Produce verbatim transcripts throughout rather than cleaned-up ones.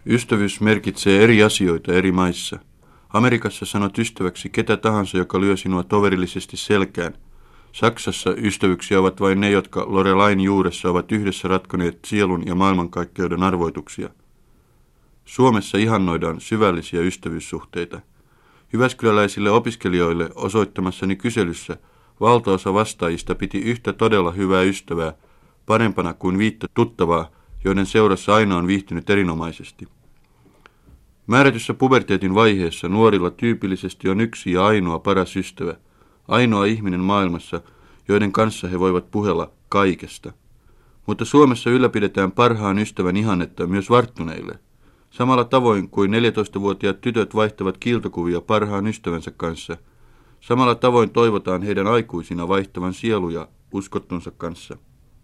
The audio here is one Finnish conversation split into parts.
Ystävyys merkitsee eri asioita eri maissa. Amerikassa sanot ystäväksi ketä tahansa, joka lyö sinua toverillisesti selkään. Saksassa ystävyksiä ovat vain ne, jotka Lorelain juuressa ovat yhdessä ratkoneet sielun ja maailmankaikkeuden arvoituksia. Suomessa ihannoidaan syvällisiä ystävyyssuhteita. Jyväskyläläisille opiskelijoille osoittamassani kyselyssä valtaosa vastaajista piti yhtä todella hyvää ystävää parempana kuin viittä tuttavaa, joiden seurassa aina on viihtynyt erinomaisesti. Määrätyssä puberteetin vaiheessa nuorilla tyypillisesti on yksi ja ainoa paras ystävä, ainoa ihminen maailmassa, joiden kanssa he voivat puhella kaikesta. Mutta Suomessa ylläpidetään parhaan ystävän ihannetta myös varttuneille. Samalla tavoin kuin neljätoistavuotiaat tytöt vaihtavat kiiltokuvia parhaan ystävänsä kanssa, samalla tavoin toivotaan heidän aikuisina vaihtavan sieluja uskottunsa kanssa.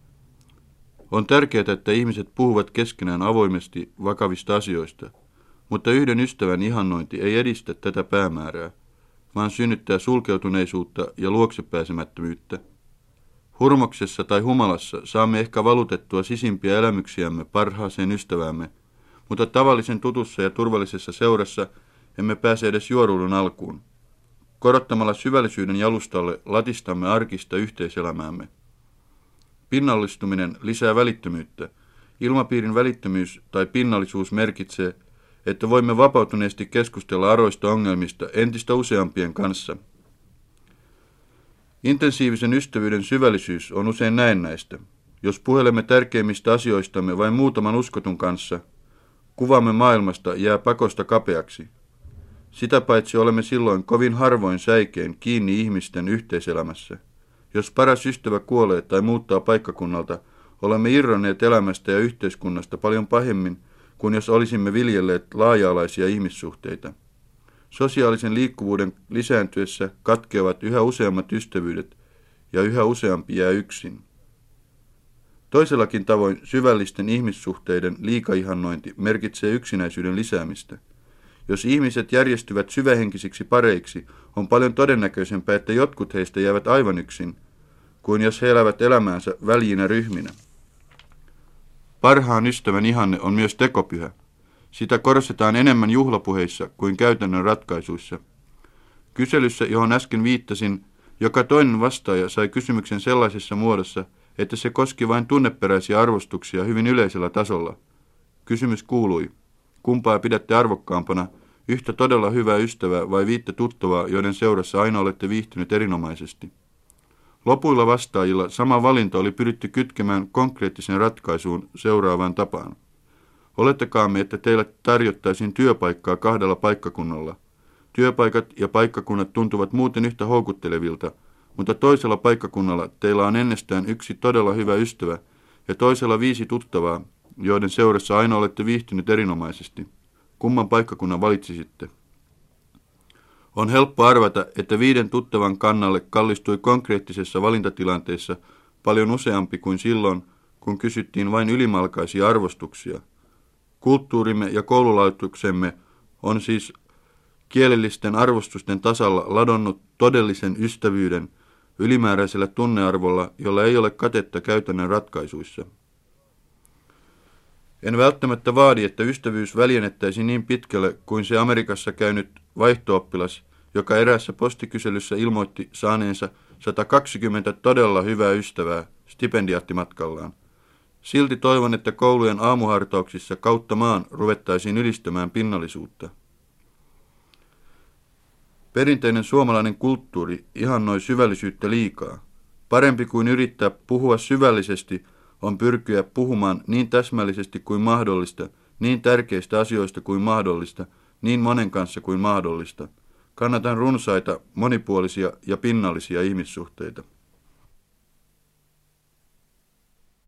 On tärkeää, että ihmiset puhuvat keskenään avoimesti vakavista asioista, mutta yhden ystävän ihannointi ei edistä tätä päämäärää, vaan synnyttää sulkeutuneisuutta ja luoksepääsemättömyyttä. Hurmoksessa tai humalassa saamme ehkä valutettua sisimpiä elämyksiämme parhaaseen ystäväämme, mutta tavallisen tutussa ja turvallisessa seurassa emme pääse edes juoruilun alkuun. Korottamalla syvällisyyden jalustalle latistamme arkista yhteiselämäämme. Pinnallistuminen lisää välittömyyttä. Ilmapiirin välittömyys tai pinnallisuus merkitsee, että voimme vapautuneesti keskustella aroista ongelmista entistä useampien kanssa. Intensiivisen ystävyyden syvällisyys on usein näennäistä. Jos puhelemme tärkeimmistä asioistamme vain muutaman uskotun kanssa, kuvamme maailmasta jää pakosta kapeaksi. Sitä paitsi olemme silloin kovin harvoin säikein kiinni ihmisten yhteiselämässä. Jos paras ystävä kuolee tai muuttaa paikkakunnalta, olemme irronneet elämästä ja yhteiskunnasta paljon pahemmin kuin jos olisimme viljelleet laaja-alaisia ihmissuhteita. Sosiaalisen liikkuvuuden lisääntyessä katkeavat yhä useammat ystävyydet ja yhä useampi jää yksin. Toisellakin tavoin syvällisten ihmissuhteiden liikaihannointi merkitsee yksinäisyyden lisäämistä. Jos ihmiset järjestyvät syvähenkisiksi pareiksi, on paljon todennäköisempää, että jotkut heistä jäävät aivan yksin, kuin jos he elävät elämäänsä väljinä ryhminä. Parhaan ystävän ihanne on myös tekopyhä. Sitä korostetaan enemmän juhlapuheissa kuin käytännön ratkaisuissa. Kyselyssä, johon äsken viittasin, joka toinen vastaaja sai kysymyksen sellaisessa muodossa, että se koski vain tunneperäisiä arvostuksia hyvin yleisellä tasolla. Kysymys kuului, kumpaa pidätte arvokkaampana, yhtä todella hyvää ystävää vai viittä tuttavaa, joiden seurassa aina olette viihtyneet erinomaisesti. Lopuilla vastaajilla sama valinta oli pyritty kytkemään konkreettiseen ratkaisuun seuraavaan tapaan. Olettakaamme, että teille tarjottaisiin työpaikkaa kahdella paikkakunnalla. Työpaikat ja paikkakunnat tuntuvat muuten yhtä houkuttelevilta, mutta toisella paikkakunnalla teillä on ennestään yksi todella hyvä ystävä ja toisella viisi tuttavaa, joiden seurassa aina olette viihtyneet erinomaisesti. Kumman paikkakunnan valitsisitte? On helppo arvata, että viiden tuttavan kannalle kallistui konkreettisessa valintatilanteessa paljon useampi kuin silloin, kun kysyttiin vain ylimalkaisia arvostuksia. Kulttuurimme ja koululaitoksemme on siis kielellisten arvostusten tasalla ladonnut todellisen ystävyyden ylimääräisellä tunnearvolla, jolla ei ole katetta käytännön ratkaisuissa. En välttämättä vaadi, että ystävyys väljennettäisiin niin pitkälle kuin se Amerikassa käynyt vaihto-oppilas, joka eräässä postikyselyssä ilmoitti saaneensa sata kaksikymmentä todella hyvää ystävää stipendiaattimatkallaan. Silti toivon, että koulujen aamuhartauksissa kautta maan ruvettaisiin ylistämään pinnallisuutta. Perinteinen suomalainen kulttuuri ihannoi syvällisyyttä liikaa. Parempi kuin yrittää puhua syvällisesti on pyrkiä puhumaan niin täsmällisesti kuin mahdollista, niin tärkeistä asioista kuin mahdollista, niin monen kanssa kuin mahdollista. Kannatan runsaita, monipuolisia ja pinnallisia ihmissuhteita.